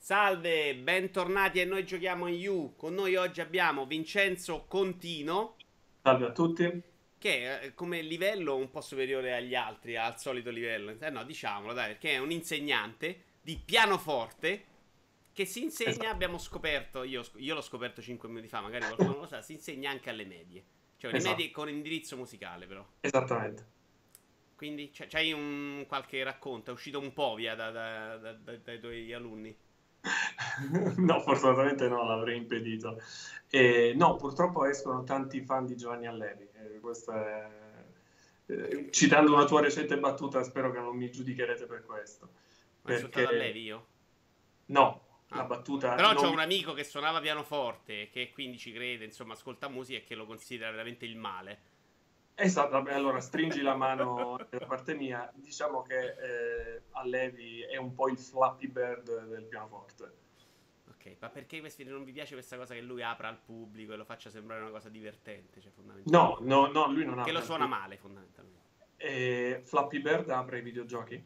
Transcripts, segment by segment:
Salve, bentornati a Noi Giochiamo in You. Con noi oggi abbiamo Vincenzo Contino, Salve a tutti. che è come livello un po' superiore agli altri, al solito livello. No, diciamolo, dai, perché è un insegnante di pianoforte che si insegna, Esatto, abbiamo scoperto, io l'ho scoperto 5 minuti fa, magari qualcuno lo sa, si insegna anche alle medie. Cioè, le medie esatto, con indirizzo musicale, però. esattamente. Quindi, c'hai un qualche racconto? È uscito un po' via dai tuoi alunni? No, fortunatamente no, l'avrei impedito. No, purtroppo escono tanti fan di Giovanni Allevi. Citando una tua recente battuta, spero che non mi giudicherete per questo. Ho insultato a Perché Levi io? no, la Ah. battuta Però non c'ho mi... un amico che suonava pianoforte, che quindi ci crede, insomma, ascolta musica e che lo considera veramente il male. Esatto, vabbè, allora stringi la mano da parte mia. Diciamo che Allevi è un po' il Flappy Bird del pianoforte. Ok, ma perché non vi piace questa cosa che lui apra al pubblico e lo faccia sembrare una cosa divertente, cioè No, fondamentalmente? no, no, lui non Che lo apre al suona pubblico. male, fondamentalmente. Flappy Bird apre i videogiochi?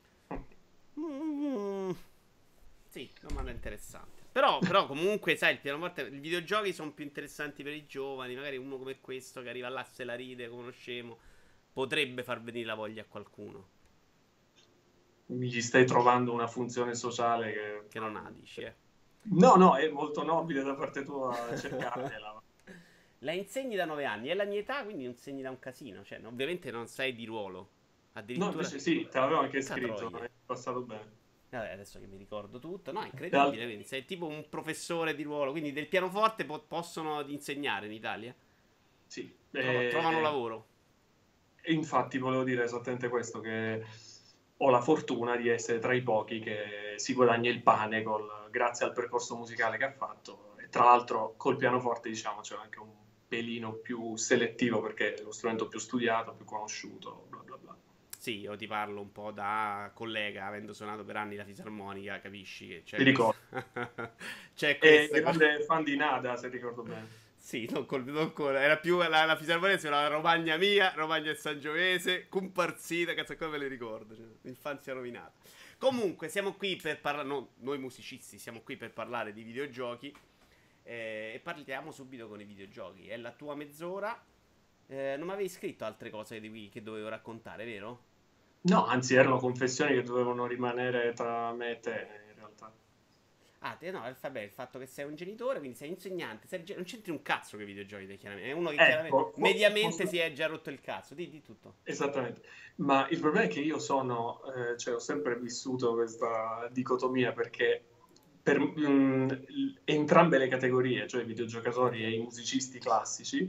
Mm, sì, domanda interessante. Però comunque, sai, il pianoforte, i videogiochi sono più interessanti per i giovani. Magari uno come questo che arriva là, se la ride, conoscemo, potrebbe far venire la voglia a qualcuno Gli stai trovando una funzione sociale che... che non ha, dici, eh. No, no, è molto nobile da parte tua cercartela. La insegni da 9 anni, è la mia età, quindi insegni da un casino. Cioè, ovviamente non sei di ruolo. No, Addirittura. invece sì, te l'avevo anche scritto, Catroie. è passato bene. Vabbè, adesso che mi ricordo tutto. No, è Tra incredibile. l'altro- Quindi sei tipo un professore di ruolo. Quindi del pianoforte possono insegnare in Italia. Sì, Trovano lavoro. e infatti volevo dire esattamente questo, che ho la fortuna di essere tra i pochi che si guadagna il pane grazie al percorso musicale che ha fatto e tra l'altro col pianoforte diciamo c'è anche un pelino più selettivo perché è lo strumento più studiato, più conosciuto, bla bla bla. Sì, io ti parlo un po' da collega, avendo suonato per anni la fisarmonica, capisci che Ti c'è questa. ricordo. C'è È questa cosa. grande fan di Nada, se ricordo bene. Sì, non era più la fisarmonia, si chiamava Romagna Mia, Romagna e Sangiovese, Comparsita, cazzo qua me le ricordo, cioè, infanzia rovinata. Comunque, siamo qui per parlare, no, noi musicisti siamo qui per parlare di videogiochi e parliamo subito con i videogiochi. È la tua mezz'ora, non mi avevi scritto altre cose che dovevo raccontare, vero? No, anzi erano confessioni che dovevano rimanere tra me e te in realtà. Ah, no, vabbè, il fatto che sei un genitore, quindi sei insegnante, non c'entri un cazzo con i videogiochi, te, chiaramente. È uno che chiaramente, Ecco, mediamente posso... si è già rotto il cazzo, di tutto. Esattamente, ma il problema è che io sono, cioè ho sempre vissuto questa dicotomia perché per entrambe le categorie, cioè i videogiocatori e i musicisti classici,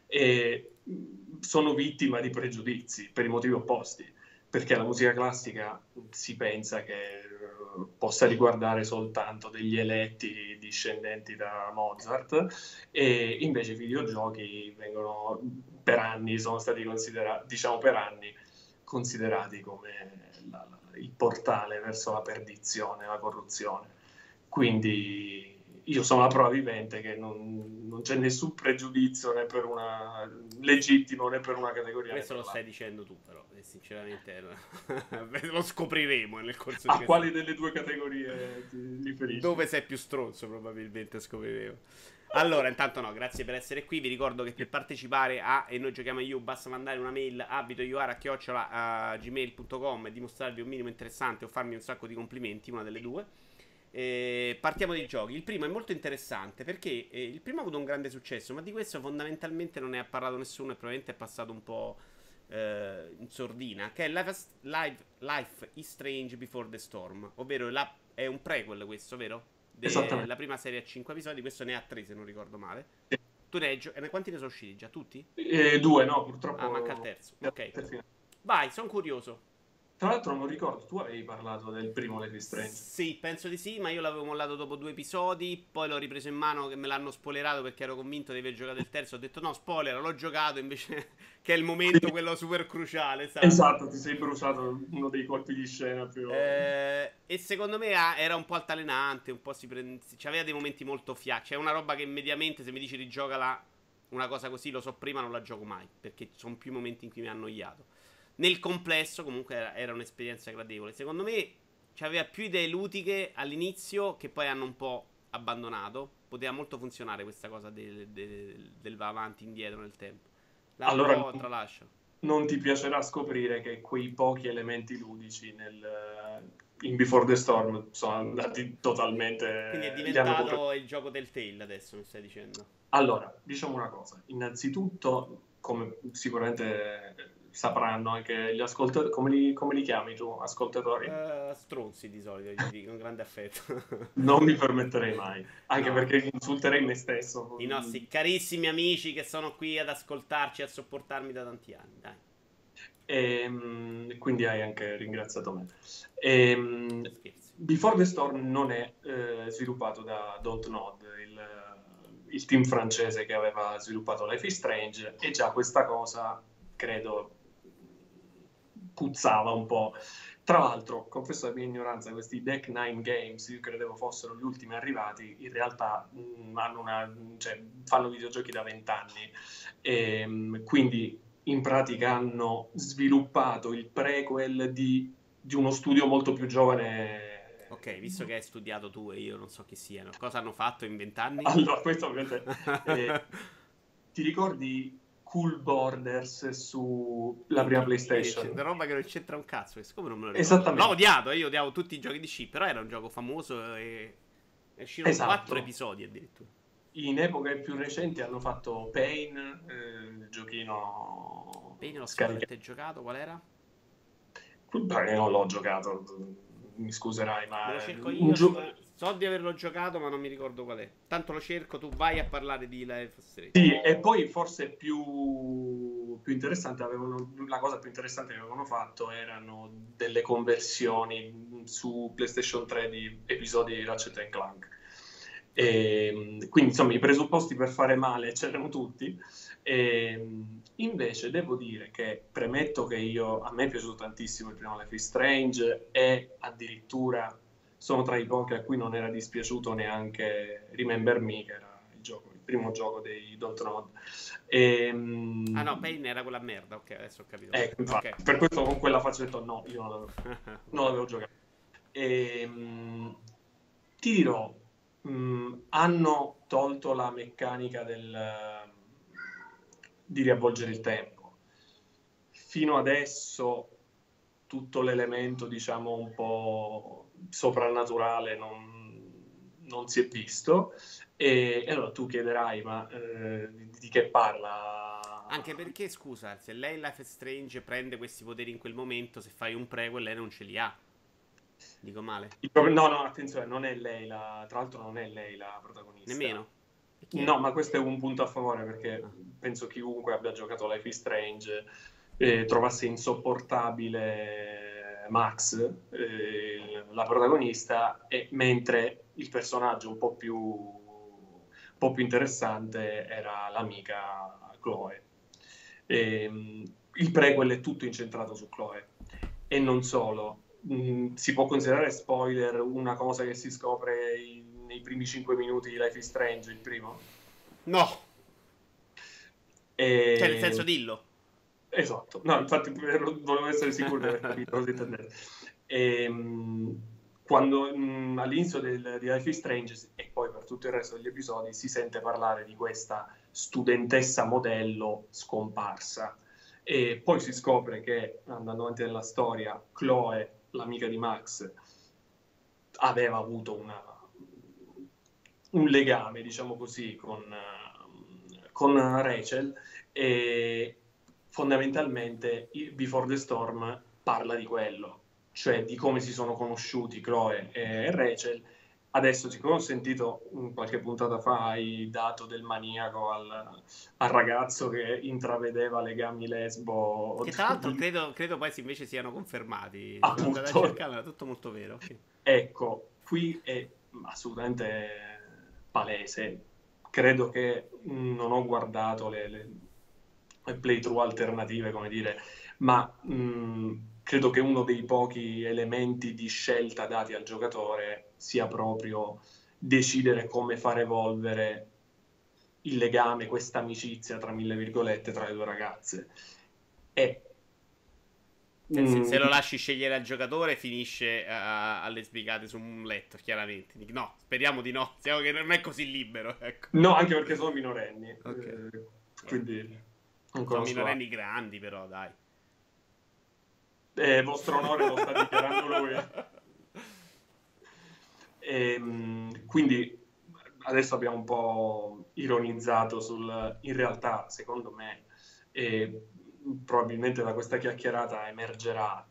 sono vittima di pregiudizi per i motivi opposti, perché la musica classica si pensa che possa riguardare soltanto degli eletti discendenti da Mozart e invece i videogiochi vengono per anni, sono stati considerati, diciamo per anni, considerati come il portale verso la perdizione, la corruzione. Quindi io sono la prova vivente che non c'è nessun pregiudizio né per una legittimo né per una categoria né Questo per lo stai l'altra. dicendo tu, però, e sinceramente lo scopriremo nel corso di A questa. quali delle due categorie ti riferisci? Dove sei più stronzo, probabilmente scopriremo. Allora, intanto no, grazie per essere qui. Vi ricordo che per partecipare a E noi giochiamo a You basta mandare una mail a vitoiuara@gmail.com e dimostrarvi un minimo interessante o farmi un sacco di complimenti, una delle due. Partiamo dai giochi. Il primo è molto interessante perché il primo ha avuto un grande successo, ma di questo fondamentalmente non ne ha parlato nessuno e probabilmente è passato un po' in sordina. Che è Life is Strange Before the Storm, ovvero è un prequel questo, vero? Esattamente. La prima serie ha 5 episodi, questo ne ha 3 se non ricordo male. Sì. Tu ne hai quanti ne sono usciti già? Tutti? Due, no, Ah, manca il purtroppo. terzo. Ok. Tra Vai, sono curioso. l'altro non ricordo, tu avevi parlato del primo Life is Strange. Sì, penso di sì, ma io l'avevo mollato dopo 2 episodi, poi l'ho ripreso in mano che me l'hanno spoilerato perché ero convinto di aver giocato il terzo, ho detto no, spoiler, l'ho giocato invece che è il momento Quindi, quello super cruciale, esatto. esatto, ti sei bruciato uno dei colpi di scena più... E secondo me era un po' altalenante, un po' c'aveva dei momenti molto fiacchi, è una roba che mediamente se mi dici rigiocala una cosa così, lo so prima, non la gioco mai, perché sono più i momenti in cui mi ha annoiato. Nel complesso comunque era un'esperienza gradevole. Secondo me C'aveva più idee ludiche all'inizio che poi hanno un po' abbandonato. Poteva molto funzionare questa cosa del va avanti e indietro nel tempo. L'ha un Allora, po' tralascia. non ti piacerà scoprire che quei pochi elementi ludici in Before the Storm sono andati Quindi è totalmente... Li hanno diventato il gioco del Tale adesso, mi stai dicendo. Allora, diciamo una cosa. Innanzitutto, come sicuramente sapranno anche gli ascoltatori, come li chiami tu, ascoltatori? Stronzi di solito, gli dico, con grande affetto. Non mi permetterei mai, anche No. perché insulterei me stesso. I nostri carissimi amici che sono qui ad ascoltarci e a sopportarmi da tanti anni, dai. Quindi hai anche ringraziato me. Scherzi. Before the Storm non è sviluppato da Dontnod, il team francese che aveva sviluppato Life is Strange, e già questa cosa, credo, puzzava un po'. Tra l'altro, confesso la mia ignoranza, questi Deck Nine Games, io credevo fossero gli ultimi arrivati, in realtà fanno videogiochi da 20 anni, quindi in pratica hanno sviluppato il prequel di uno studio molto più giovane. Ok, visto che hai studiato tu e io non so chi siano, cosa hanno fatto in 20 anni? Allora, questo ovviamente... ti ricordi Cool Borders sulla prima PlayStation? Una roba che non c'entra un cazzo, come non me lo ricordo? Esattamente. L'ho odiato, io odiavo tutti i giochi di sci, però era un gioco famoso e ne uscirono Esatto. 4 episodi addirittura. In epoche più recenti hanno fatto Pain, il giochino Bene, l'ho scaricato. sicuramente giocato, qual era? Non l'ho giocato, mi scuserai, Me ma lo cerco un io, gioco... so di averlo giocato, ma non mi ricordo qual è. Tanto lo cerco, tu vai a parlare di Life is Strange. Sì, e poi forse più interessante, la cosa più interessante che avevano fatto erano delle conversioni su PlayStation 3 di episodi di Ratchet Clank. Quindi insomma i presupposti per fare male c'erano tutti. Invece devo dire che premetto che a me è piaciuto tantissimo il primo Life is Strange, e addirittura sono tra i pochi a cui non era dispiaciuto neanche Remember Me, che era il primo gioco dei Dontnod. Ah no, Pain era quella merda, ok, adesso ho capito. Infatti, Okay. per questo con quella faccia ho detto no, io non l'avevo giocato. Ti dirò, hanno tolto la meccanica di riavvolgere il tempo. Fino adesso tutto l'elemento, diciamo, un po' soprannaturale non si è visto. E allora tu chiederai, ma di che parla? Anche perché, scusa, se lei Life is Strange prende questi poteri in quel momento, se fai un prequel lei non ce li ha. Dico male? No, attenzione, non è lei tra l'altro non è lei la protagonista. Nemmeno? No, ma questo è un punto a favore, perché penso chiunque abbia giocato Life is Strange trovasse insopportabile Max, la protagonista, mentre il personaggio un po' più interessante era l'amica Chloe. Il prequel è tutto incentrato su Chloe, e non solo. Si può considerare spoiler una cosa che si scopre nei primi 5 minuti di Life is Strange, il primo? No! Cioè, nel senso, dillo. Esatto. No, infatti volevo essere sicuro di aver capito cosa intendete. Quando all'inizio di Life is Strange, e poi per tutto il resto degli episodi, si sente parlare di questa studentessa modello scomparsa, e poi si scopre che, andando avanti nella storia, Chloe, l'amica di Max, aveva avuto un legame, diciamo così, con Rachel, e fondamentalmente Before the Storm parla di quello, cioè di come si sono conosciuti Chloe e Rachel. Adesso, siccome ho sentito qualche puntata fa, hai dato del maniaco al ragazzo che intravedeva legami lesbo. Che tra l'altro credo poi invece siano confermati. Sono andato a Appunto. cercare, era tutto molto vero. Okay. Ecco, qui è assolutamente palese. Credo che non ho guardato le playthrough alternative, come dire, ma credo che uno dei pochi elementi di scelta dati al giocatore sia proprio decidere come far evolvere il legame, questa amicizia, tra mille virgolette, tra le due ragazze. E Cioè, se Mm, lo lasci scegliere al giocatore, finisce alle sbrigate su un letto, chiaramente. No, speriamo di no. Siamo che non è così libero, ecco. no, anche perché sono minorenni, Ok. quindi Sono ancora suave. minorenni grandi, però, dai. Vostro onore lo sta dichiarando lui. Quindi adesso abbiamo un po' ironizzato in realtà, secondo me, probabilmente da questa chiacchierata emergerà,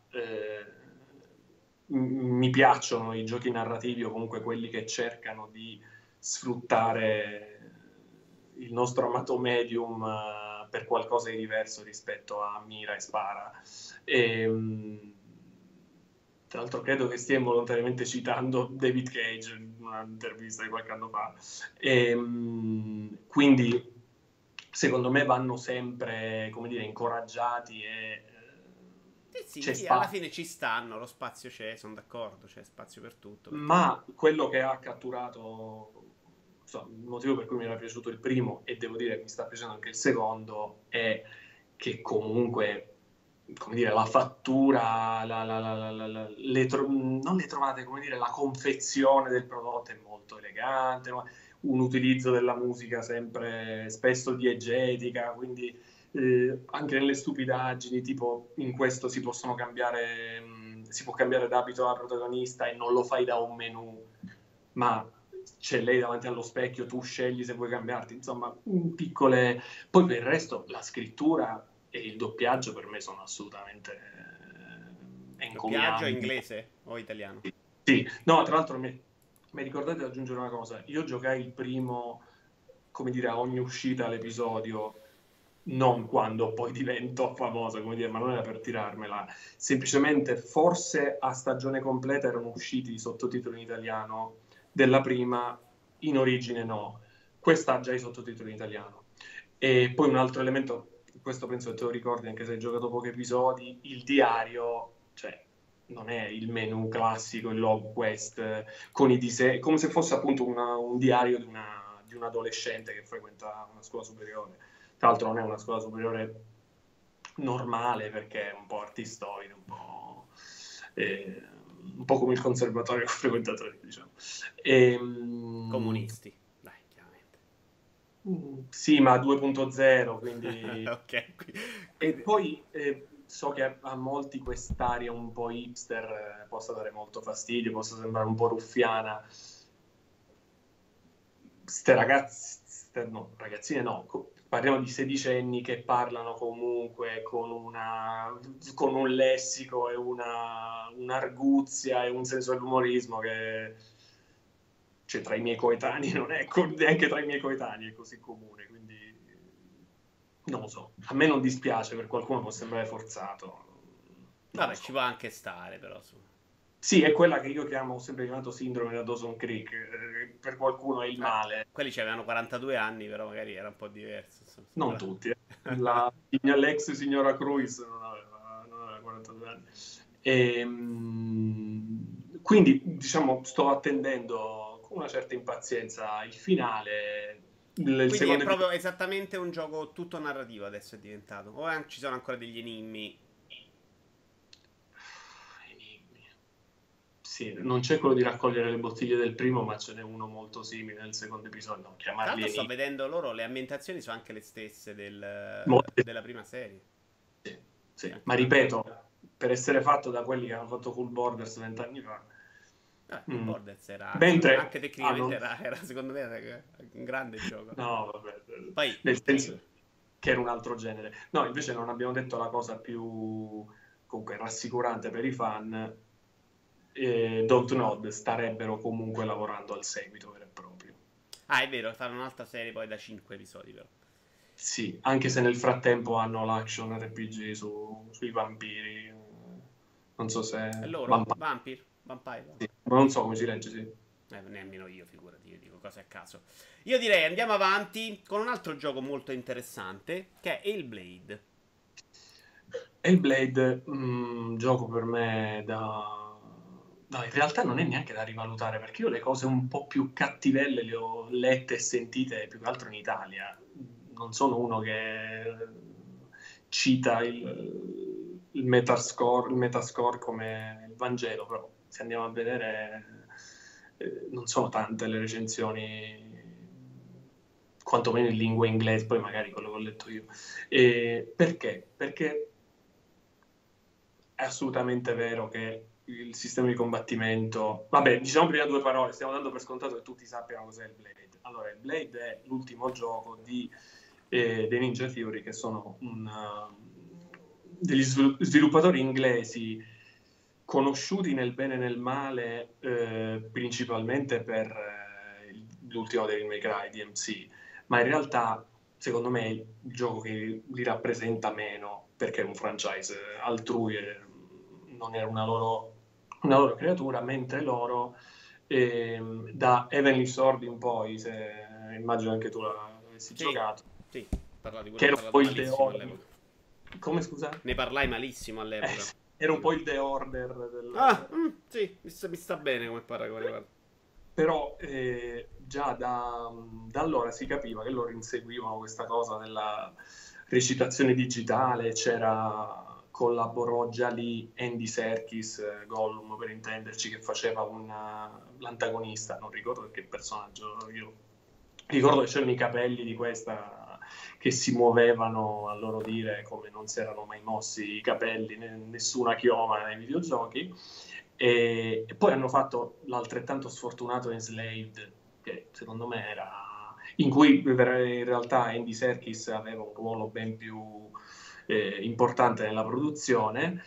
mi piacciono i giochi narrativi o comunque quelli che cercano di sfruttare il nostro amato medium per qualcosa di diverso rispetto a mira e spara. E, tra l'altro credo che stia involontariamente citando David Cage in un'intervista di qualche anno fa. Quindi secondo me vanno sempre, come dire, incoraggiati e Sì, sì, c'è sì, alla spazio. fine ci stanno, lo spazio c'è, sono d'accordo, c'è spazio per tutto, perché no? Ma quello che ha catturato, insomma, il motivo per cui mi era piaciuto il primo e devo dire che mi sta piacendo anche il secondo è che comunque, come dire, la fattura, non le trovate, come dire, la confezione del prodotto è molto elegante, no? Un utilizzo della musica sempre spesso diegetica, quindi anche nelle stupidaggini, tipo in questo si possono cambiare, si può cambiare d'abito alla protagonista e non lo fai da un menu, ma c'è lei davanti allo specchio, tu scegli se vuoi cambiarti, insomma, piccole. Poi per il resto la scrittura e il doppiaggio per me sono assolutamente Doppiaggio encomiabili. inglese o italiano? Sì, no, tra l'altro mi ricordate di aggiungere una cosa, io giocai il primo, come dire, a ogni uscita all'episodio, non quando poi divento famoso, come dire, ma non era per tirarmela, semplicemente forse a stagione completa erano usciti i sottotitoli in italiano della prima, in origine no, questa ha già i sottotitoli in italiano. E poi un altro elemento, questo penso che te lo ricordi anche se hai giocato pochi episodi, il diario, cioè non è il menu classico, il log quest, con i disegni, come se fosse appunto un diario di un adolescente che frequenta una scuola superiore. Tra l'altro non è una scuola superiore normale perché è un po' artistoide, eh, un po' come il conservatorio che ho frequentato io, diciamo. E, Comunisti, dai, chiaramente. sì, ma 2.0, quindi. Ok, E quindi poi so che a molti quest'aria un po' hipster possa dare molto fastidio, possa sembrare un po' ruffiana. Ste ragazze, no, ragazzine no, parliamo di sedicenni che parlano comunque con un lessico e un'arguzia e un senso dell'umorismo che cioè, tra i miei coetanei non è, neanche tra i miei coetanei è così comune, quindi non lo so. A me non dispiace, per qualcuno può sembrare forzato, non lo vabbè, ci so. può anche stare, però su. Sì, è quella che io ho sempre chiamato sindrome da Dawson Creek, per qualcuno è il male. Quelli avevano 42 anni, però magari era un po' diverso. Insomma, Non tutti. L'ex signora Cruz non aveva 42 anni. Quindi, diciamo, sto attendendo con una certa impazienza il finale. Il Quindi è secondo proprio episodio. esattamente un gioco tutto narrativo adesso è diventato. O ci sono ancora degli enigmi? Enigmi. Sì, non c'è quello di raccogliere le bottiglie del primo, ma ce n'è uno molto simile nel secondo episodio. Non Tra chiamarli l'altro sto enigmi. vedendo loro, le ambientazioni sono anche le stesse Molti. della prima serie. Sì, Sì, sì. anche Ma là. ripeto, per essere fatto da quelli che hanno fatto Cool Borders 20 anni fa. Cool mm. Borders era, secondo me, Mentre anche tecnicamente hanno. secondo me era un grande gioco. No, vabbè, Poi, nel senso che era un altro genere. No, invece non abbiamo detto la cosa più comunque rassicurante per i fan. Dontnod starebbero comunque lavorando al seguito vero e proprio. ah, è vero, fanno un'altra serie poi da 5 episodi, però. Sì, anche se nel frattempo hanno l'action RPG sui vampiri. Non so E se. loro? Vampire? Vampire? Sì, ma non so come si legge, sì. Nemmeno io, figurati, io dico cose a caso. Io direi andiamo avanti con un altro gioco molto interessante, che è Hellblade. Hellblade, gioco per me da. No, in realtà non è neanche da rivalutare, perché io le cose un po' più cattivelle le ho lette e sentite più che altro in Italia. Non sono uno che cita il metascore come il Vangelo, però se andiamo a vedere non sono tante le recensioni, quantomeno in lingua inglese, poi magari quello che ho letto io. Perché? Perché è assolutamente vero che il sistema di combattimento... Vabbè, diciamo prima due parole, stiamo dando per scontato che tutti sappiano cos'è il Blade. Allora, il Blade è l'ultimo gioco dei Ninja Theory, che sono degli sviluppatori inglesi conosciuti nel bene e nel male, principalmente per l'ultimo Devil May Cry, DMC, ma in realtà secondo me il gioco che li rappresenta meno, perché è un franchise altrui e non era una loro creatura, mentre loro da Heavenly Sword in poi, se immagino anche tu l'avessi Sì, giocato, sì, parlati pure, che ho era un parlato po' il malissimo all'epoca. come scusa? Ne parlai malissimo all'epoca. Era un Dico. po' il The Order Ah, sì, mi sta bene come paragone, guarda. però già da allora si capiva che loro inseguivano questa cosa della recitazione digitale, collaborò già lì Andy Serkis, Gollum per intenderci, che faceva l'antagonista, non ricordo che personaggio, io ricordo che c'erano i capelli di questa che si muovevano a loro dire come non si erano mai mossi i capelli, nessuna chioma nei videogiochi. E poi hanno fatto l'altrettanto sfortunato Enslaved, che secondo me era... in cui in realtà Andy Serkis aveva un ruolo ben più importante nella produzione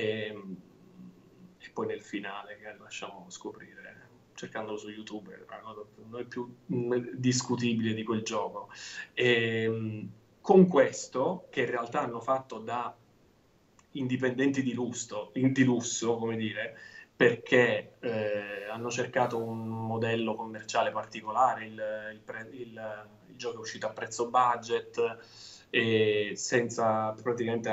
e poi nel finale, che lasciamo scoprire cercandolo su YouTube, è la cosa più discutibile di quel gioco. Con questo, che in realtà hanno fatto da indipendenti di lusso, come dire, perché hanno cercato un modello commerciale particolare, il gioco è uscito a prezzo budget e senza praticamente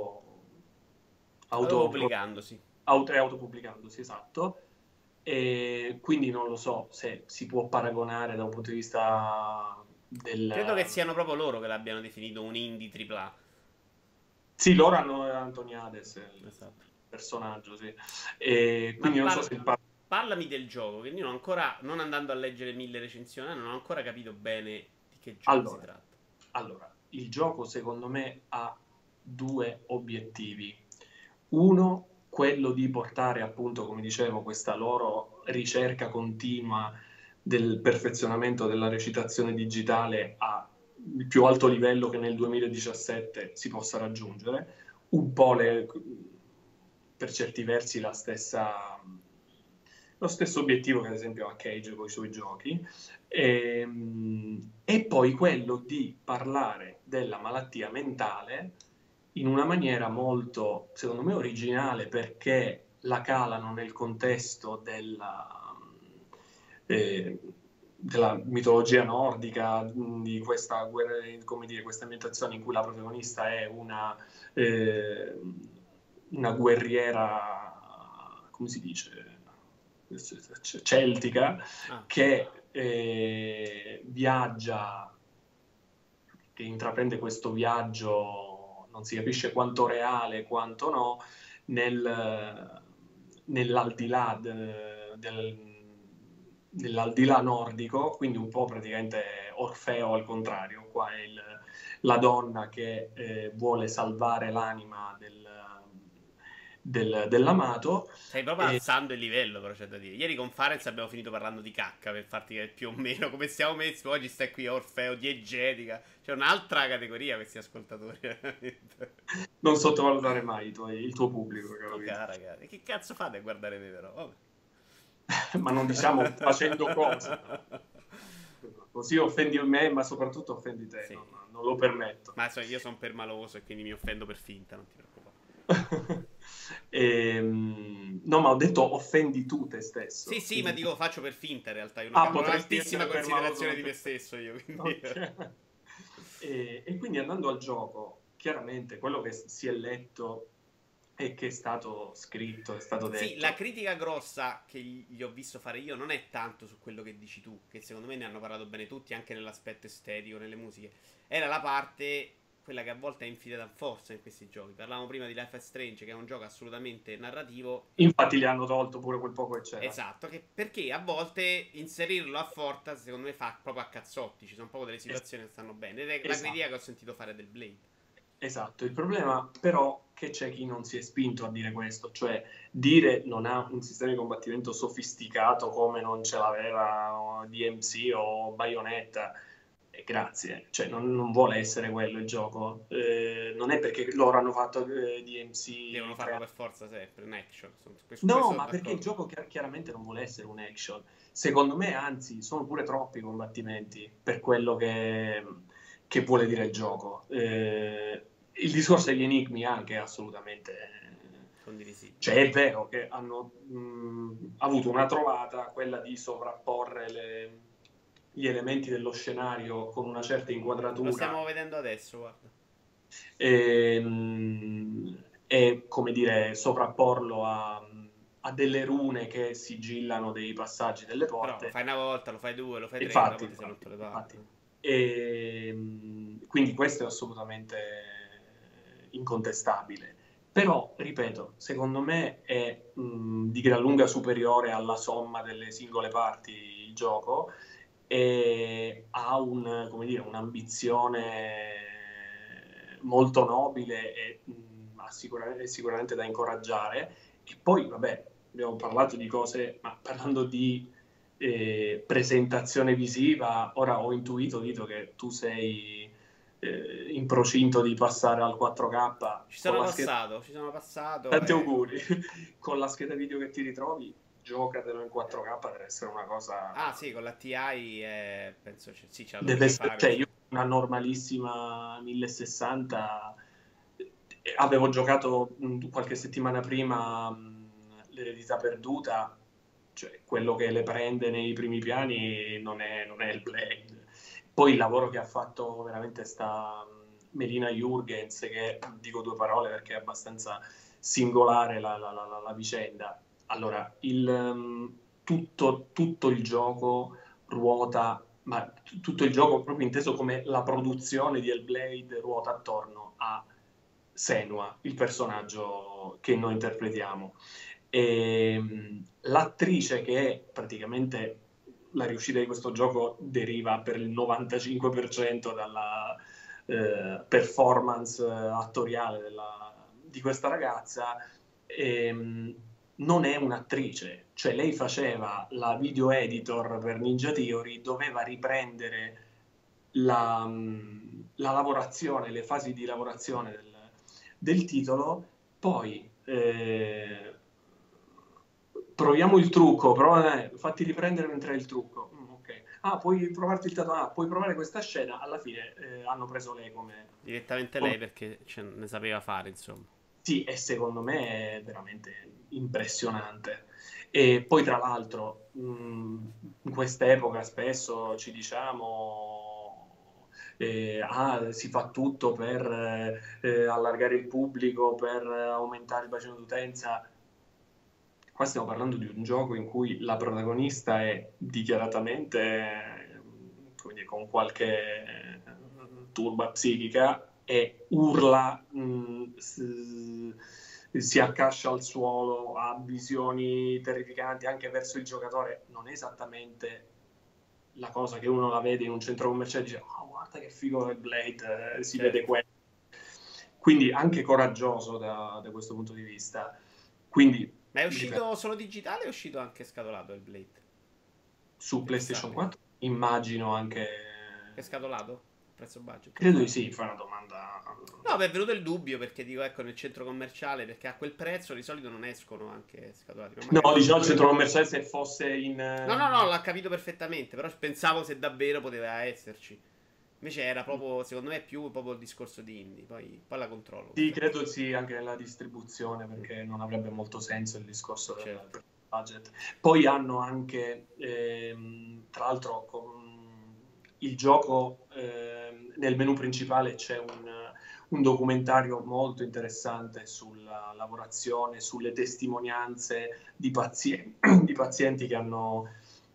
auto, Autopubblicandosi. autopubblicandosi, esatto. E quindi non lo so se si può paragonare da un punto di vista Credo che del... siano proprio loro che l'abbiano definito un indie AAA. Sì, loro hanno Antoniades, il Esatto. personaggio, sì. E Ma quindi non so se il parlami del gioco, che io non ho ancora, non andando a leggere 1000 recensioni, non ho ancora capito bene di che gioco si Allora, tratta. il gioco secondo me ha due obiettivi. Uno, quello di portare appunto, come dicevo, questa loro ricerca continua del perfezionamento della recitazione digitale al più alto livello che nel 2017 si possa raggiungere, un po' per certi versi lo stesso obiettivo che ad esempio ha Cage con i suoi giochi, e poi quello di parlare della malattia mentale in una maniera molto, secondo me, originale, perché la calano nel contesto eh, della mitologia nordica, di questa guerra, come dire, questa ambientazione in cui la protagonista è eh, una guerriera, come si dice, celtica, Ah, che viaggia, che intraprende questo viaggio, non si capisce quanto reale, quanto no, nell'aldilà nell'aldilà nordico, quindi un po' praticamente Orfeo al contrario, qua è la donna che vuole salvare l'anima dell'amato. stai proprio E, alzando il livello, però c'è da dire. Ieri con Farenz abbiamo finito parlando di cacca, per farti capire più o meno come siamo messi. Oggi stai qui a Orfeo, diegetica. C'è un'altra categoria questi ascoltatori, veramente. non sottovalutare mai il tuo pubblico, caro Sti Vito. cara, cara. Che cazzo fate a guardare me, però? Vabbè. Ma non diciamo facendo cosa. Così offendi me, ma soprattutto offendi te, Sì. non lo permetto. Ma io sono permaloso e quindi mi offendo per finta, non ti preoccupare. No, ma ho detto offendi tu te Sì, stesso. sì, ma Quindi... dico, faccio per finta in realtà. Ah, Ho potresti un'altissima essere permaloso considerazione con di te me stesso. stesso io, quindi... Ok. E quindi andando al gioco, chiaramente quello che si è letto e che è stato scritto, è stato Sì, la detto. critica grossa che gli ho visto fare io non è tanto su quello che dici tu, che secondo me ne hanno parlato bene tutti, anche nell'aspetto estetico, nelle musiche. Era la parte, quella che a volte è infilata forza in questi giochi. Parlavamo prima di Life is Strange, che è un gioco assolutamente narrativo. Infatti gli hanno tolto pure quel poco che c'era. Esatto, perché a volte inserirlo a Forza secondo me fa proprio a cazzotti. Ci sono proprio delle situazioni che stanno bene. Ed è la Esatto. critica che ho sentito fare del Blade. Esatto, il problema però che c'è chi non si è spinto a dire questo, cioè dire non ha un sistema di combattimento sofisticato come non ce l'aveva DMC o Bayonetta, grazie, cioè non vuole essere quello il gioco, non è perché loro hanno fatto DMC Devono 3 farlo anni. per forza sempre, un action. Su questo No, sono ma perché il d'accordo. gioco chiaramente non vuole essere un action. Secondo me, anzi, sono pure troppi combattimenti per quello che vuole dire il gioco. Il discorso degli enigmi anche è assolutamente... Condivisibile. Cioè, è vero che hanno avuto una trovata, quella di sovrapporre gli elementi dello scenario con una certa Lo inquadratura stiamo vedendo adesso, guarda. e come dire, sovrapporlo a delle rune che sigillano dei passaggi delle Però lo porte. fai una volta, lo fai due, lo fai tre, Infatti, dopo ti sei infatti, rotto le palle. infatti. Quindi questo è assolutamente incontestabile. Però, ripeto, secondo me è di gran lunga superiore alla somma delle singole parti il gioco e ha come dire, un'ambizione molto nobile e sicuramente da incoraggiare. E poi, vabbè, abbiamo parlato di cose, ma parlando di presentazione visiva, ora ho intuito, Vito, che tu sei in procinto di passare al 4K Ci con sono la scheda. passato, ci sono passato Tanti e... auguri, con la scheda video che ti ritrovi, giocatelo in 4K, deve essere una Ah cosa. sì, con la TI penso sì, ce la Deve dovrebbe essere, fare cioè io perché... una normalissima 1060 avevo giocato qualche settimana prima l'eredità perduta, cioè quello che le prende nei primi piani non è il Blade. Poi il lavoro che ha fatto veramente sta Melina Jurgens, che dico due parole perché è abbastanza singolare la vicenda. Allora, tutto il gioco ruota, ma tutto il gioco proprio inteso come la produzione di Hellblade ruota attorno a Senua, il personaggio che noi interpretiamo. L'attrice che è praticamente la riuscita di questo gioco deriva per il 95% dalla performance attoriale di questa ragazza. Non è un'attrice, cioè lei faceva la video editor per Ninja Theory, doveva riprendere la lavorazione, le fasi di lavorazione del titolo, poi proviamo il trucco, fatti riprendere mentre è il trucco. Ok. Ah, puoi provarti il tatuaggio, puoi provare questa scena, alla fine hanno preso lei Direttamente come. lei perché ne sapeva fare, insomma. Sì, e secondo me è veramente impressionante. E poi, tra l'altro, in quest'epoca spesso ci diciamo, si fa tutto per allargare il pubblico, per aumentare il bacino d'utenza. Qua stiamo parlando di un gioco in cui la protagonista è dichiaratamente, come dire, con qualche turba psichica e urla, si accascia al suolo, ha visioni terrificanti anche verso il giocatore. Non è esattamente la cosa che uno la vede in un centro commerciale e dice oh, guarda che figo il Blade, si vede Certo. quello. Quindi anche coraggioso da questo punto di vista. Quindi, Ma è ripeto, uscito solo digitale o è uscito anche scatolato il Blade? su Che ne PlayStation sappi? 4 immagino anche. È scatolato? Prezzo budget? Credo di sì, fa una domanda. No, beh, è venuto il dubbio perché dico, ecco, nel centro commerciale, perché a quel prezzo di solito non escono anche scatolati, ma No, magari sì. diciamo il centro commerciale se fosse in. No, no, no, l'ha capito perfettamente, però pensavo se davvero poteva esserci. Invece era proprio, secondo me, più proprio il discorso di indie, poi la controllo Sì, questa cosa. credo sì, anche nella distribuzione, perché non avrebbe molto senso il discorso Certo. del budget. Poi hanno anche, tra l'altro, il gioco, nel menu principale c'è un documentario molto interessante sulla lavorazione, sulle testimonianze di pazienti che hanno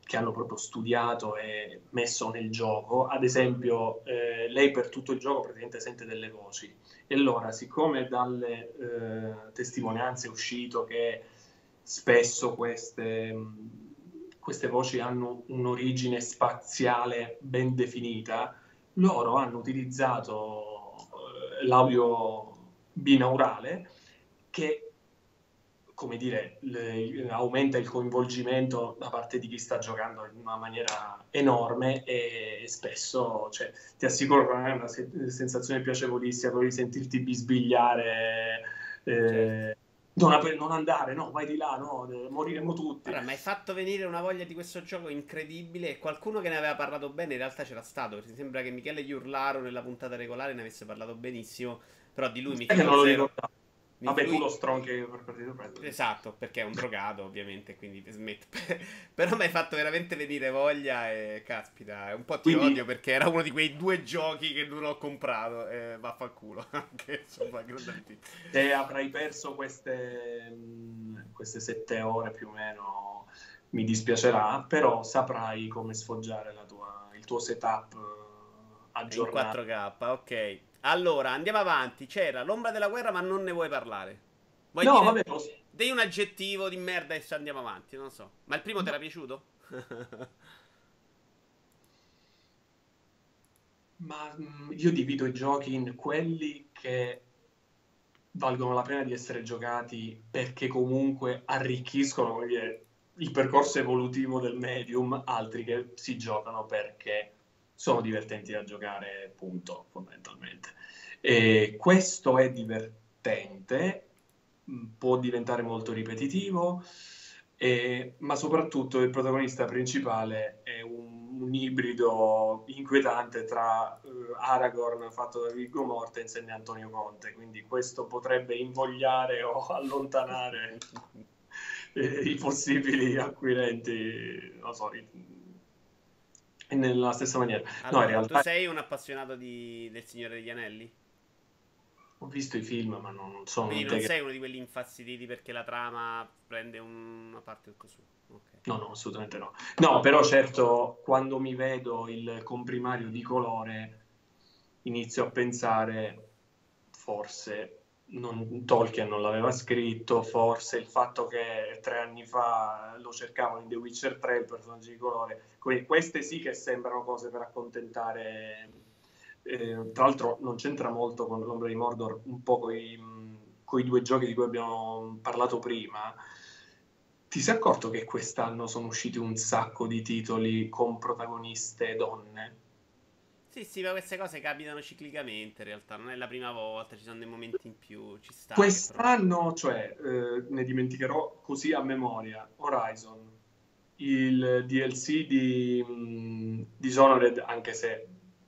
che hanno proprio studiato e messo nel gioco. Ad esempio, lei per tutto il gioco praticamente sente delle voci. E allora, siccome dalle testimonianze è uscito che spesso queste voci hanno un'origine spaziale ben definita, loro hanno utilizzato l'audio binaurale che, come dire, aumenta il coinvolgimento da parte di chi sta giocando in una maniera enorme e spesso, cioè, ti assicuro che non è una sensazione piacevolissima quello di sentirti bisbigliare, Certo. non andare, no, vai di là, no, moriremo tutti. Ora, mi hai fatto venire una voglia di questo gioco incredibile. E qualcuno che ne aveva parlato bene, in realtà c'era stato. Perché sembra che Michele Iurlaro nella puntata regolare ne avesse parlato benissimo. Però di lui mi Sai che fido non lo zero. ricordavo. Vabbè, tu lo Lui. stronchi per partito preso. Esatto, perché è un drogato, ovviamente. Quindi smetto. Però mi hai fatto veramente venire voglia. E caspita, un po' ti Quindi odio perché era uno di quei due giochi che non ho comprato. E vaffanculo. Anche insomma, grande notizia. se avrai perso queste 7 ore più o meno, mi dispiacerà, però saprai come sfoggiare il tuo setup In aggiornato. 4K, ok. Allora, andiamo avanti. C'era l'ombra della guerra, ma non ne vuoi parlare. Vuoi No, dire? vabbè, Dei un aggettivo di merda e andiamo avanti, non so. Ma il primo ti era piaciuto? ma io divido i giochi in quelli che valgono la pena di essere giocati perché comunque arricchiscono, come dire, il percorso evolutivo del medium, altri che si giocano perché sono divertenti da giocare, punto, fondamentalmente. E questo è divertente, può diventare molto ripetitivo, ma soprattutto il protagonista principale è un ibrido inquietante tra Aragorn fatto da Viggo Mortensen e Antonio Conte, quindi questo potrebbe invogliare o allontanare i possibili acquirenti, non so, nella stessa maniera. No, in Allora, tu realtà sei un appassionato del Signore degli Anelli? ho visto i film, ma non sono Quindi non integrati. sei uno di quelli infastiditi perché la trama prende una parte tutto su. Ok. No, no, assolutamente no. No, però certo, quando mi vedo il comprimario di colore, inizio a pensare, forse Tolkien non l'aveva scritto, forse il fatto che 3 anni fa lo cercavano in The Witcher 3, il personaggio di colore, queste sì che sembrano cose per accontentare. Tra l'altro non c'entra molto con l'Ombra di Mordor, un po' con i due giochi di cui abbiamo parlato prima. Ti sei accorto che quest'anno sono usciti un sacco di titoli con protagoniste donne? Sì, sì, ma queste cose capitano ciclicamente in realtà, non è la prima volta, ci sono dei momenti in più, ci sta che però. Quest'anno, cioè, ne dimenticherò così a memoria, Horizon, il DLC di Dishonored, anche se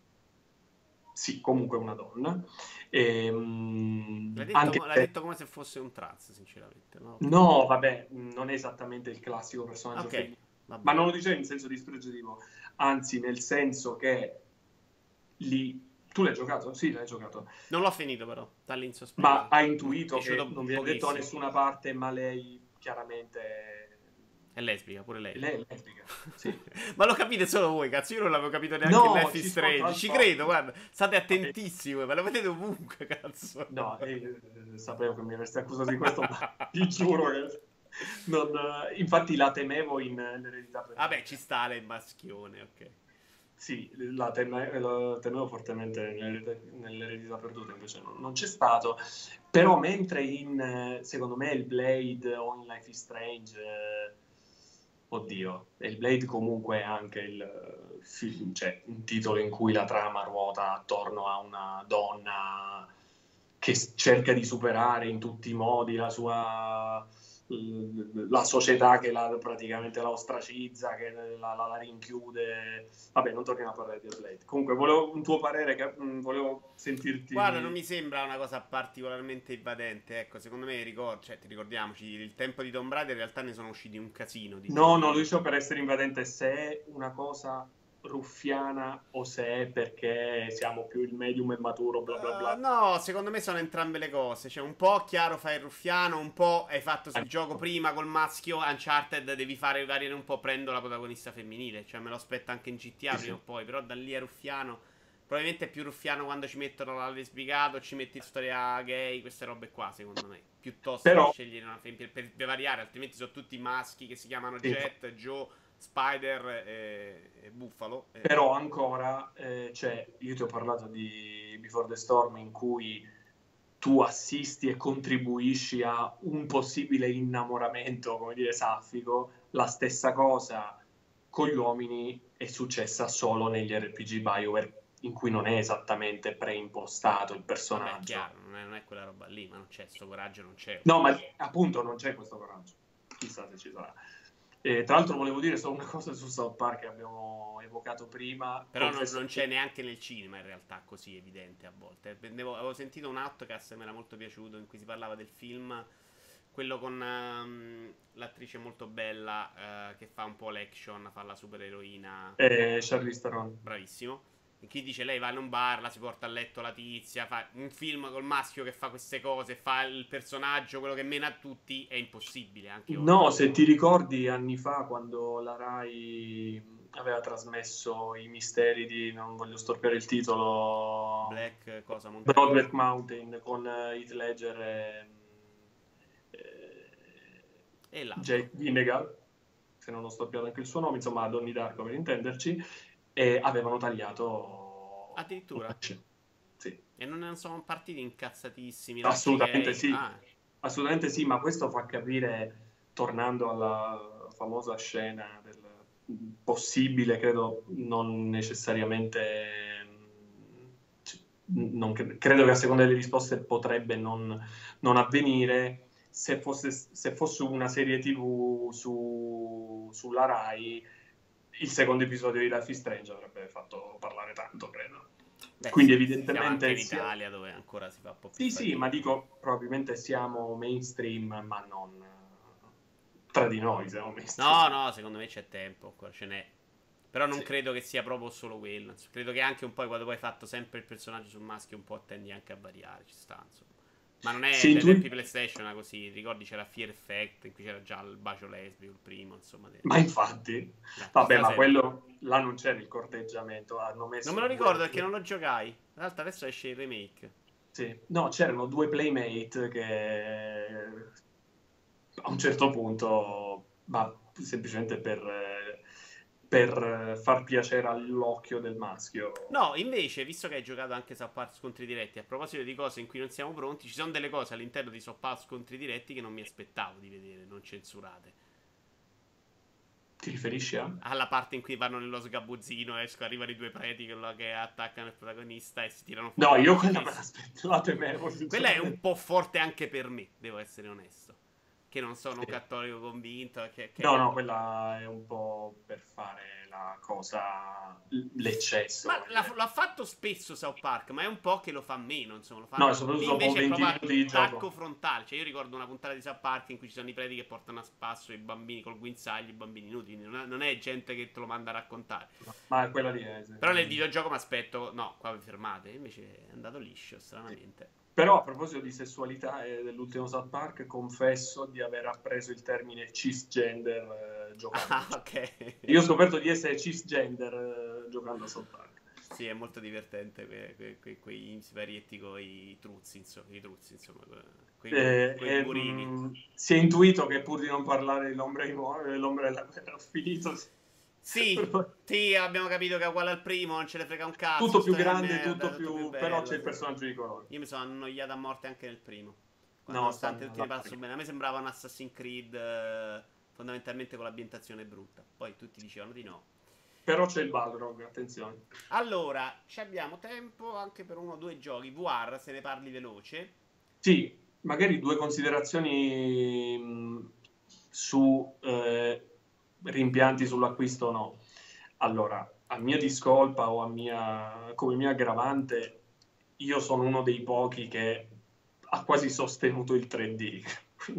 sì, comunque una donna, e, anche L'ha se detto come se fosse un trans, sinceramente, ma ok. no, vabbè, non è esattamente il classico personaggio Ok, femminile, va ma bene. non lo dicevo in senso dispregiativo, anzi nel senso che lì... Tu l'hai giocato? Sì, l'hai giocato. Non l'ho finito però, sta lì in Ma sospeso. hai Mi è intuito che piaciuto non viene detto da pochissimo. nessuna parte, ma lei chiaramente... È lesbica, pure lei. Lei è lesbica, sì. Ma lo capite solo voi, cazzo. Io non l'avevo capito neanche in No, Life is ci sono tra Strange. Ci l'altro... credo, guarda. State attentissimi, ma lo vedete ovunque, cazzo. No, sapevo che mi avresti accusato di questo, ma ti giuro che... infatti la temevo in L'eredità Vabbè, ci perdute. sta lei maschione, ok. Sì, la temevo fortemente nell'eredità perduta, invece non c'è stato. Però mentre secondo me, il Blade o in Life is Strange, oddio, e il Blade comunque è anche il film, cioè un titolo in cui la trama ruota attorno a una donna che cerca di superare in tutti i modi la società che praticamente la ostracizza, che la rinchiude. Vabbè, non torniamo a parlare di Blade. Comunque, volevo un tuo parere, volevo Guarda, non sentirti... mi sembra una cosa particolarmente invadente. Ecco, secondo me cioè, ricordiamoci, il tempo di Tomb Raider in realtà ne sono usciti un casino di No, no, lo giochi. dicevo per essere invadente, se è una cosa ruffiana o se è perché siamo più il medium e maturo, bla bla bla. No, secondo me sono entrambe le cose. Cioè, un po' chiaro fai il ruffiano, un po' hai fatto il gioco prima col maschio. Uncharted devi fare variare un po'. Prendo la protagonista femminile. Cioè, me lo aspetto anche in GTA Sì, prima sì. o poi. Però da lì è ruffiano. Probabilmente è più ruffiano quando ci mettono la lesbicato, ci metti storia gay, queste robe qua, secondo me. Piuttosto che Però, scegliere una femmina per variare, altrimenti sono tutti maschi che si chiamano sì, Jet, Joe, Spider e Buffalo. però ancora, cioè, io ti ho parlato di Before the Storm in cui tu assisti e contribuisci a un possibile innamoramento, come dire, saffico, la stessa cosa con gli uomini è successa solo negli RPG BioWare in cui non è esattamente preimpostato il Vabbè, personaggio. chiaro, non è quella roba lì, ma non c'è, sto coraggio non c'è. No, ma appunto non c'è questo coraggio. Chissà se ci sarà. Tra l'altro volevo dire solo una cosa su South Park che abbiamo evocato prima. Però Confesso non che c'è neanche nel cinema in realtà così evidente a volte. Avevo sentito un outcast e mi era molto piaciuto in cui si parlava del film, quello con l'attrice molto bella che fa un po' l'action, fa la supereroina. Charlize Theron. Bravissimo. In cui dice lei va in un bar, la si porta a letto la tizia, fa un film col maschio che fa queste cose, fa il personaggio, quello che mena a tutti, è impossibile anche oggi. No, se ti ricordi anni fa quando la Rai aveva trasmesso i misteri di, non voglio storpiare il titolo, Black cosa Montana. Broadback Mountain con Heath Ledger e E l'altro. Jake Gyllenhaal, se non ho storpiato anche il suo nome, insomma Donnie Darko per intenderci, e avevano tagliato una Addirittura. scena. Sì. E non sono partiti incazzatissimi, raggi Assolutamente gay. sì, Ah, assolutamente sì, ma questo fa capire, tornando alla famosa scena del possibile, credo non necessariamente, credo che a seconda delle risposte potrebbe non avvenire, se fosse una serie TV sulla Rai, il secondo episodio di Life is Strange avrebbe fatto parlare tanto, credo. beh, Quindi sì, siamo anche evidentemente in Italia dove ancora si fa un po' più sì, sì, ma fatica. dico probabilmente siamo mainstream, ma non tra di noi siamo No, mainstream. no, secondo me c'è tempo, ancora ce n'è. Però non Sì. credo che sia proprio solo quello. Credo che anche un po' quando poi hai fatto sempre il personaggio sul maschio, un po' tendi anche a variare, ci sta, insomma. Ma non è Sì, dai tempi PlayStation era così. Ricordi c'era Fear Effect, in cui c'era già il bacio lesbico, il primo, insomma. ma infatti, Ci vabbè, sta ma sempre. quello là non c'era il corteggiamento, hanno Non me messo lo ricordo due, perché non lo giocai. Tra l'altro adesso esce il remake. sì. No, c'erano due playmate che a un certo punto, ma semplicemente per far piacere all'occhio del maschio. No, invece, visto che hai giocato anche South Park scontri diretti, a proposito di cose in cui non siamo pronti, ci sono delle cose all'interno di South Park scontri diretti che non mi aspettavo di vedere, non censurate. Ti riferisci a? Alla parte in cui vanno nello sgabuzzino, arrivano i due preti che attaccano il protagonista e si tirano fuori No, i io quella me crocifissi. l'aspetto, la temevo, Quella è un sinceramente. po' forte anche per me, devo essere onesto. Che non sono un Sì. cattolico convinto, No, no, quella è un po' per fare la cosa, l'eccesso, Ma come dire. l'ha fatto spesso South Park, ma è un po' che lo fa meno, insomma, lo No, e fanno. Lì soprattutto dopo invece è 20 proprio minuti di attacco gioco. frontale. Cioè, io ricordo una puntata di South Park in cui ci sono i preti che portano a spasso i bambini col guinzaglio, i bambini inutili. Non è gente che te lo manda a raccontare. Ma quella lì è... sì. Però nel videogioco mi aspetto, no, qua vi fermate. Invece è andato liscio, Sì. stranamente. Però a proposito di sessualità e dell'ultimo South Park, confesso di aver appreso il termine cisgender Ah, giocandoci. ok. Io ho scoperto di essere cisgender giocando a South Park. Sì, è molto divertente quei siparietti con i truzzi, insomma, quei burini. Si è intuito che pur di non parlare dell'ombra della guerra ho finito. Sì, sì, abbiamo capito che è uguale al primo, non ce ne frega un cazzo, Tutto più storia di grande, merda, tutto più però c'è bello, il sì. personaggio di colore. Io mi sono annoiato a morte anche nel primo. No, sta Nonostante tutti ne nella passano bene. A me sembrava un Assassin's Creed fondamentalmente con l'ambientazione brutta. Poi tutti dicevano di no. Però c'è il Balrog, attenzione. Allora, ci abbiamo tempo anche per uno o due giochi. VR, se ne parli veloce. Sì, magari due considerazioni su rimpianti sull'acquisto o no. Allora, a mia discolpa o come mia aggravante, io sono uno dei pochi che ha quasi sostenuto il 3D. Quindi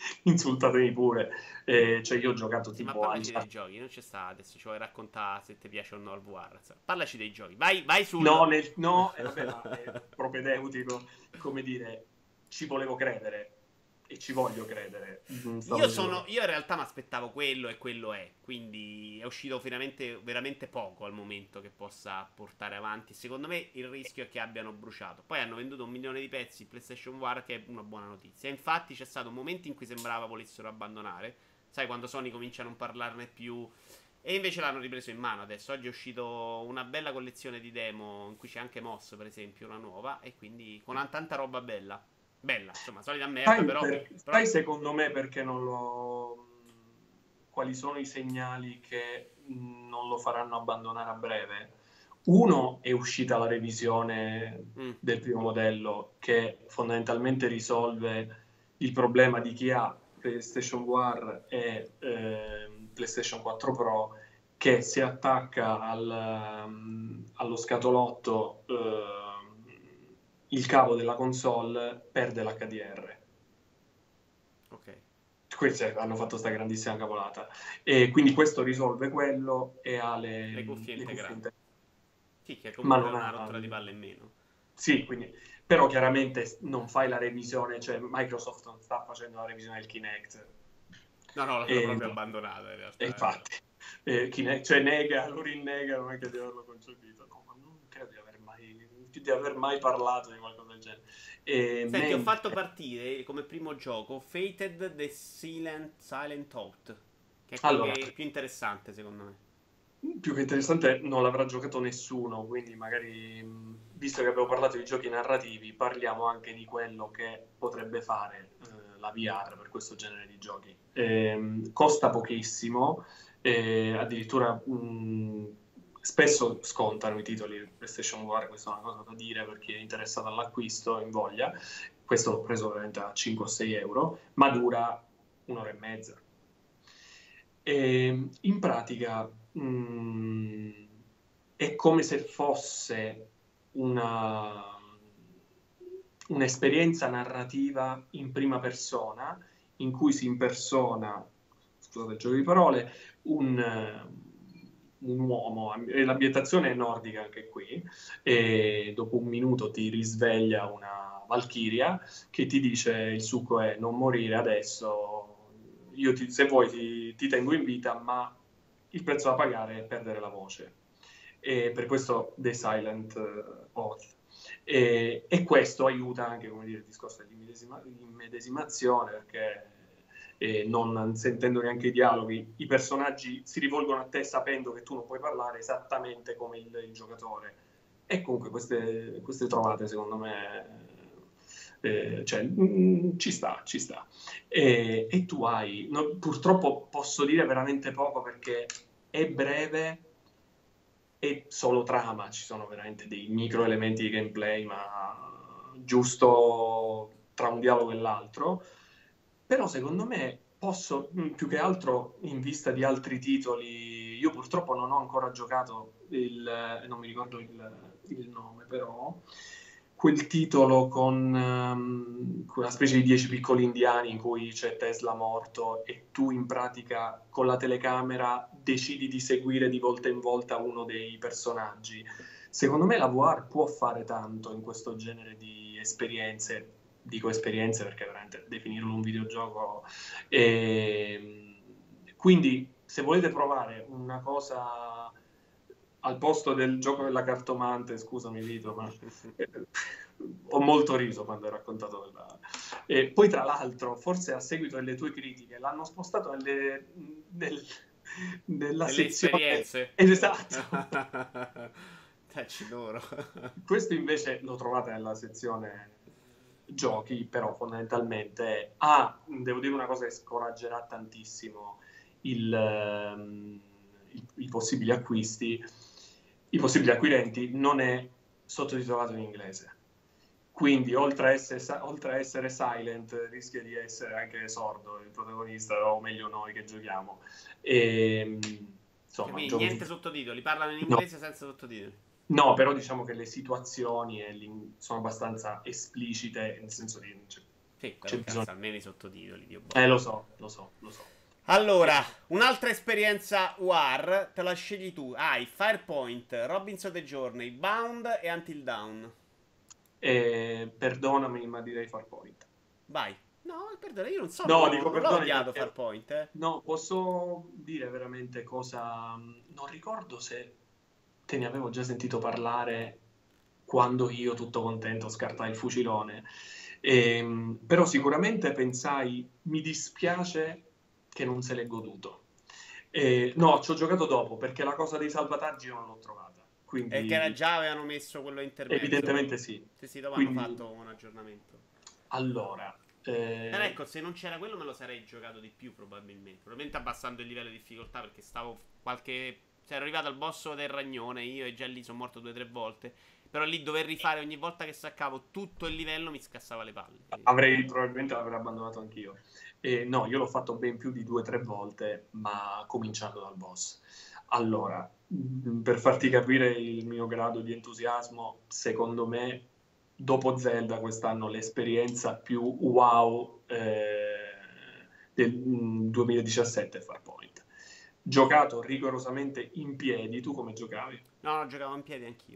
insultatemi pure. Cioè io ho giocato Sì, ma tipo parlaci dei giochi, non c'è sta adesso, ci vuoi raccontare se ti piace o no il VR. Parlaci dei giochi, vai sul... No, vabbè, ma è propedeutico, come dire, ci volevo credere e ci voglio credere. Stavo dicendo, Io in realtà mi aspettavo quello e quello è. Quindi è uscito veramente, veramente poco al momento che possa portare avanti. Secondo me il rischio è che abbiano bruciato. Poi hanno venduto 1 milione di pezzi il PlayStation VR, che è una buona notizia. Infatti c'è stato un momento in cui sembrava volessero abbandonare. Sai, quando Sony comincia a non parlarne più. E invece l'hanno ripreso in mano adesso. Oggi è uscito una bella collezione di demo in cui c'è anche Moss, per esempio, una nuova. E quindi con tanta roba bella. Bella, insomma, solita merda, però sai secondo me perché non lo... quali sono i segnali che non lo faranno abbandonare a breve? Uno, è uscita la revisione del primo modello che fondamentalmente risolve il problema di chi ha PlayStation VR e PlayStation 4 Pro, che si attacca allo scatolotto il cavo della console, perde l'HDR. ok. Questi hanno fatto sta grandissima cavolata. E quindi questo risolve quello e ha Le cuffie le cuffie integrate. integrate. Sì, che Ma comunque è non una ha... rottura di palle in meno. Sì, quindi... Però chiaramente non fai la revisione, cioè Microsoft non sta facendo la revisione del Kinect. No, no, l'hanno E, proprio abbandonata in e realtà, è vero. infatti, Kinect, cioè nega, lo rinnegano anche di averlo concepito. No, ma non credo di aver mai parlato di qualcosa del genere. Senti, ho fatto Mentre... partire come primo gioco Fated the Silent Thought, che è quello Allora, che è più interessante secondo me. più che interessante non l'avrà giocato nessuno, quindi magari, visto che abbiamo parlato di giochi narrativi, parliamo anche di quello che potrebbe fare la VR per questo genere di giochi. Costa pochissimo, addirittura spesso scontano i titoli PlayStation VR, questa è una cosa da dire per chi è interessato all'acquisto, in voglia. Questo l'ho preso veramente a 5 o 6 euro, ma dura un'ora e mezza. In pratica è come se fosse una, un'esperienza narrativa in prima persona in cui si impersona, scusate il gioco di parole, un uomo, e l'ambientazione è nordica anche qui, e dopo un minuto ti risveglia una valchiria che ti dice il succo è non morire adesso, se vuoi ti tengo in vita, ma il prezzo da pagare è perdere la voce. E per questo The Silent Oath. E questo aiuta anche, come dire, il discorso dell'immedesimazione, perché non sentendo neanche i dialoghi, i personaggi si rivolgono a te sapendo che tu non puoi parlare esattamente come il giocatore. E comunque queste trovate, secondo me, cioè, ci sta, ci sta. E tu hai, no, purtroppo posso dire veramente poco perché è breve e solo trama, ci sono veramente dei micro elementi di gameplay, ma giusto tra un dialogo e l'altro. Però secondo me posso, più che altro in vista di altri titoli, io purtroppo non ho ancora giocato non mi ricordo il nome, però quel titolo con quella specie di 10 piccoli indiani in cui c'è Tesla morto e tu in pratica con la telecamera decidi di seguire di volta in volta uno dei personaggi. Secondo me la VR può fare tanto in questo genere di esperienze, dico esperienze perché veramente definirlo un videogioco. Quindi se volete provare una cosa al posto del gioco della cartomante, scusami Vito, ma ho molto riso quando hai raccontato quella. E poi tra l'altro, forse a seguito delle tue critiche, l'hanno spostato nella Delle sezione... esperienze. Esatto. Ci loro. Questo invece lo trovate nella sezione giochi, però fondamentalmente devo dire una cosa che scoraggerà tantissimo i possibili acquisti, i possibili acquirenti, non è sottotitolato in inglese. Quindi, oltre a essere silent, rischia di essere anche sordo il protagonista, o meglio noi che giochiamo. E, Cioè, insomma, quindi gioco niente sottotitoli, parlano in no, inglese senza sottotitoli. no, però diciamo che le situazioni sono abbastanza esplicite, nel senso di... Cioè, Sì, C'è però bisogno. cazzo, almeno i sottotitoli, Dio buono. Lo so, lo so, lo so. Allora, un'altra esperienza War, te la scegli tu. Hai Firepoint, Robinson the Journey, Bound e Until Dawn. Perdonami, ma direi Farpoint. Vai. No, perdona, io No, dico non l'ho perdonami odiato perché Farpoint, eh. no, posso dire veramente cosa. Non ricordo se te ne avevo già sentito parlare quando io, tutto contento, scartai il fucilone. Però sicuramente pensai, mi dispiace che non se l'è goduto. No, ci ho giocato dopo perché la cosa dei salvataggi non l'ho trovata. E che era Quindi, già avevano messo quello intermezzo. evidentemente sì. Sì, sì, dopo hanno Quindi, fatto un aggiornamento. allora, Però ecco, se non c'era quello me lo sarei giocato di più probabilmente. Probabilmente abbassando il livello di difficoltà perché stavo qualche. Cioè ero arrivato al boss del ragnone, io e già lì sono morto 2 o 3 volte. Però lì dover rifare ogni volta che staccavo tutto il livello mi scassava le palle. probabilmente l'avrei abbandonato anch'io. No, io l'ho fatto ben più di 2 o 3 volte, ma cominciando dal boss. Allora, per farti capire il mio grado di entusiasmo, secondo me, dopo Zelda quest'anno l'esperienza più wow del 2017 è Farpoint. Giocato rigorosamente in piedi, tu come giocavi? No, no, giocavo in piedi anch'io.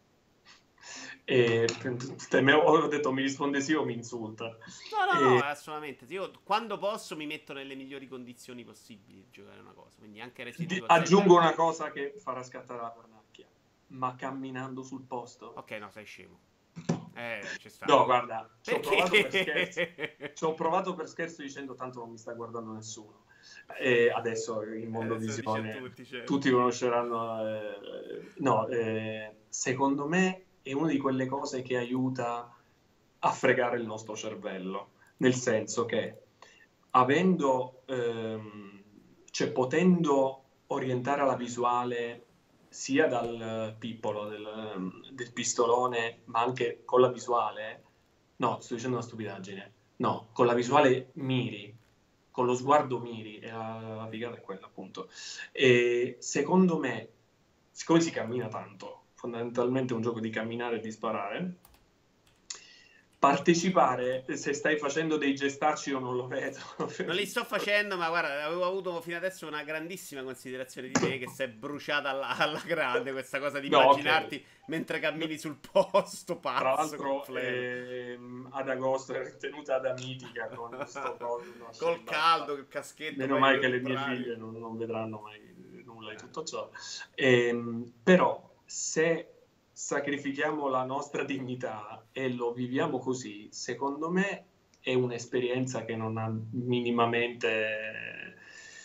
E ho detto mi risponde sì o mi insulta. No, no, no, E, assolutamente. Io quando posso mi metto nelle migliori condizioni possibili di giocare una cosa. Quindi anche Resident Evil 7. aggiungo una cosa che farà scattare la cornacchia, ma camminando sul posto? Ok, no, sei scemo. Ci sta. No, guarda, ci ho provato per scherzo. Perché? Ci ho provato per scherzo dicendo tanto non mi sta guardando nessuno. E adesso in Adesso lo dice a Mondovisione tutti, certo. tutti conosceranno. No, secondo me è una di quelle cose che aiuta a fregare il nostro cervello, nel senso che avendo, cioè potendo orientare la visuale sia dal pippolo del pistolone, ma anche con la visuale, no, sto dicendo una stupidaggine, no, con la visuale miri, con lo sguardo miri, e la figata è quella appunto. E secondo me, siccome si cammina tanto, fondamentalmente è un gioco di camminare e di sparare, partecipare, se stai facendo dei gestacci io non lo vedo. Non li sto facendo, ma guarda, avevo avuto fino adesso una grandissima considerazione di te che si è bruciata alla grande questa cosa di No, ok. immaginarti mentre cammini sul posto, Tra pazzo l'altro completo. ad agosto è tenuta da mitica con sto coso, no, Col caldo, il caschetto, meno poi male gli che le mie occhiali. figlie non vedranno mai nulla di tutto ciò. Però se sacrifichiamo la nostra dignità e lo viviamo così, secondo me è un'esperienza che non ha minimamente,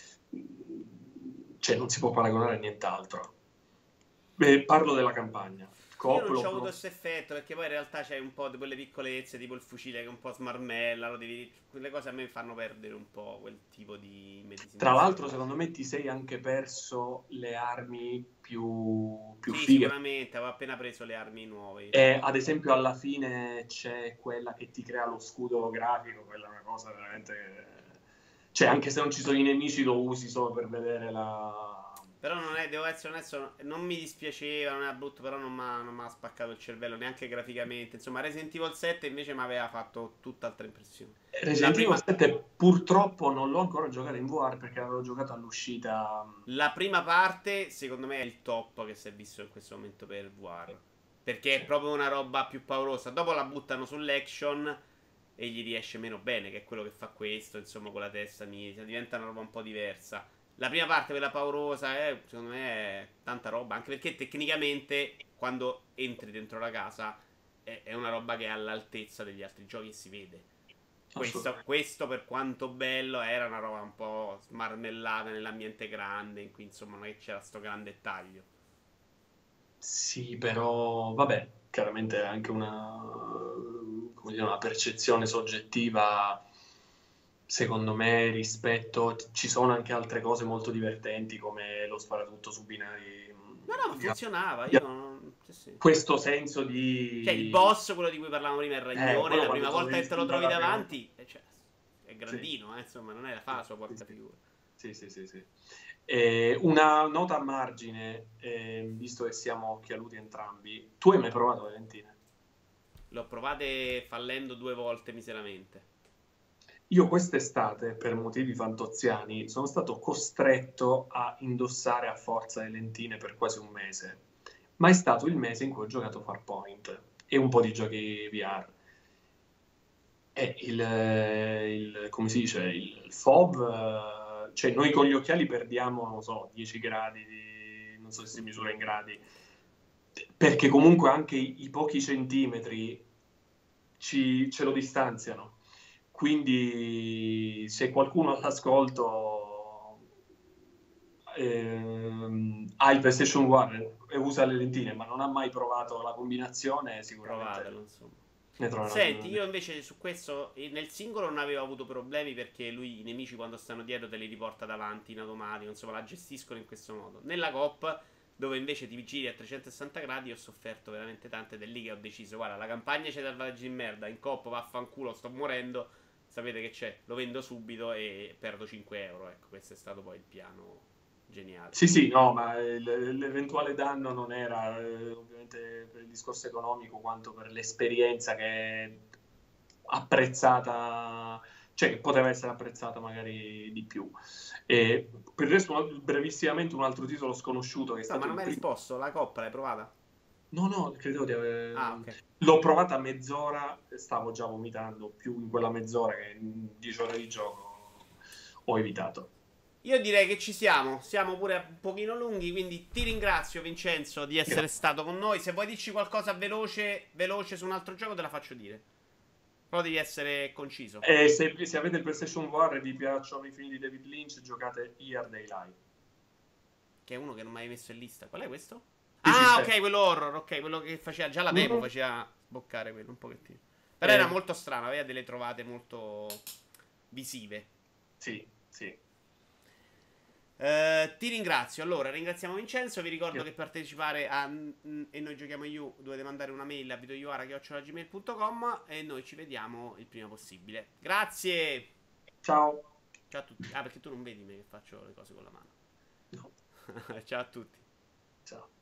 cioè non si può paragonare a nient'altro. Parlo della campagna. Io non Coop ci ho lo avuto questo effetto perché poi in realtà c'hai un po' di quelle piccolezze, tipo il fucile che un po' smarmella, quelle cose a me fanno perdere un po' quel tipo di Tra medesimazione. l'altro, secondo me ti sei anche perso le armi più Sì, fighe. sicuramente, avevo appena preso le armi nuove. E ad esempio, alla fine c'è quella che ti crea lo scudo grafico, quella è una cosa veramente. Cioè, anche se non ci sono i nemici, lo usi solo per vedere la. Però non è, devo essere onesto, non mi dispiaceva, non era brutto, però non mi ha spaccato il cervello neanche graficamente. Insomma, Resident Evil 7 invece mi aveva fatto tutt'altra impressione. La Resident Evil prima, 7 purtroppo non l'ho ancora giocato in VR perché l'avevo giocato all'uscita. la prima parte, secondo me, è il top che si è visto in questo momento per VR. Perché è Sì. proprio una roba più paurosa. Dopo la buttano sull'action e gli riesce meno bene, che è quello che fa questo, insomma, con la testa mia. Diventa una roba un po' diversa. La prima parte, quella paurosa, secondo me è tanta roba. Anche perché tecnicamente, quando entri dentro la casa, è una roba che è all'altezza degli altri giochi e si vede. Assolutamente. Questo, per quanto bello, era una roba un po' smarmellata nell'ambiente grande, in cui insomma non è che c'era sto grande taglio. Sì, però vabbè, chiaramente è anche come dire, una percezione soggettiva, secondo me, rispetto. Ci sono anche altre cose molto divertenti come lo sparatutto su binari. No, no, ma di- funzionava. di- Sì, sì. Questo senso Cioè, il di. boss, quello di cui parlavamo prima, il ragnone, Quello la quando prima te lo volta devi che te lo sfidare trovi la prima volta. davanti, cioè, è Sì, grandino, insomma, non è fa la sua sì, porca sì. figura. Sì, sì, sì, sì. Una nota a margine, visto che siamo occhialuti entrambi, tu hai mai provato Valentina? L'ho provate fallendo 2 volte miseramente. Io quest'estate, per motivi fantoziani, sono stato costretto a indossare a forza le lentine per quasi un mese, ma è stato il mese in cui ho giocato Farpoint e un po' di giochi VR. E come si dice, il FOV, cioè noi con gli occhiali perdiamo, non so, 10 gradi, non so se si misura in gradi, perché comunque anche i pochi centimetri ce lo distanziano. Quindi se qualcuno all'ascolto ha il PlayStation One e usa le lentine, ma non ha mai provato la combinazione, Provatelo, sicuramente insomma. ne trova Senti, ragione. io invece su questo nel singolo non avevo avuto problemi perché lui i nemici quando stanno dietro te li riporta davanti in automatico, insomma la gestiscono in questo modo. Nella coop, dove invece ti giri a 360 gradi, ho sofferto veramente tanto ed è lì che ho deciso, guarda, la campagna c'è da farci in merda, in coop vaffanculo, sto morendo, sapete che c'è, lo vendo subito e perdo 5 euro, ecco, questo è stato poi il piano geniale. Sì, sì, no, ma l'eventuale danno non era ovviamente per il discorso economico quanto per l'esperienza che è apprezzata, cioè che poteva essere apprezzata magari di più. E per il resto, brevissimamente, un altro titolo sconosciuto che è No, ma stato non il mi hai primo. risposto, la coppa l'hai provata? No, no, credo di Ah, aver... ok. L'ho provata a mezz'ora e stavo già vomitando, più in quella mezz'ora che in 10 ore di gioco ho evitato. Io direi che ci siamo, siamo pure un pochino lunghi, quindi ti ringrazio Vincenzo di essere stato con noi. Se vuoi dirci qualcosa veloce, veloce su un altro gioco te la faccio dire. Però devi essere conciso. E se avete il PlayStation VR e vi piacciono i film di David Lynch, giocate Year Daylight. Che è uno che non mi hai messo in lista. Qual è questo? Sì, sì, Ah, c'è. ok, quello horror, ok, quello che faceva, già la demo Mhm. faceva sboccare quello un pochettino. Però era Eh, molto strano, aveva delle trovate molto visive. sì, sì. Ti ringrazio. Allora, ringraziamo Vincenzo. Vi ricordo Io- che partecipare a E noi giochiamo You dovete mandare una mail a videoiuara@gmail.com e noi ci vediamo il prima possibile. Grazie. Ciao. Ciao a tutti. Ah, perché tu non vedi me che faccio le cose con la mano. No, Ciao a tutti. ciao.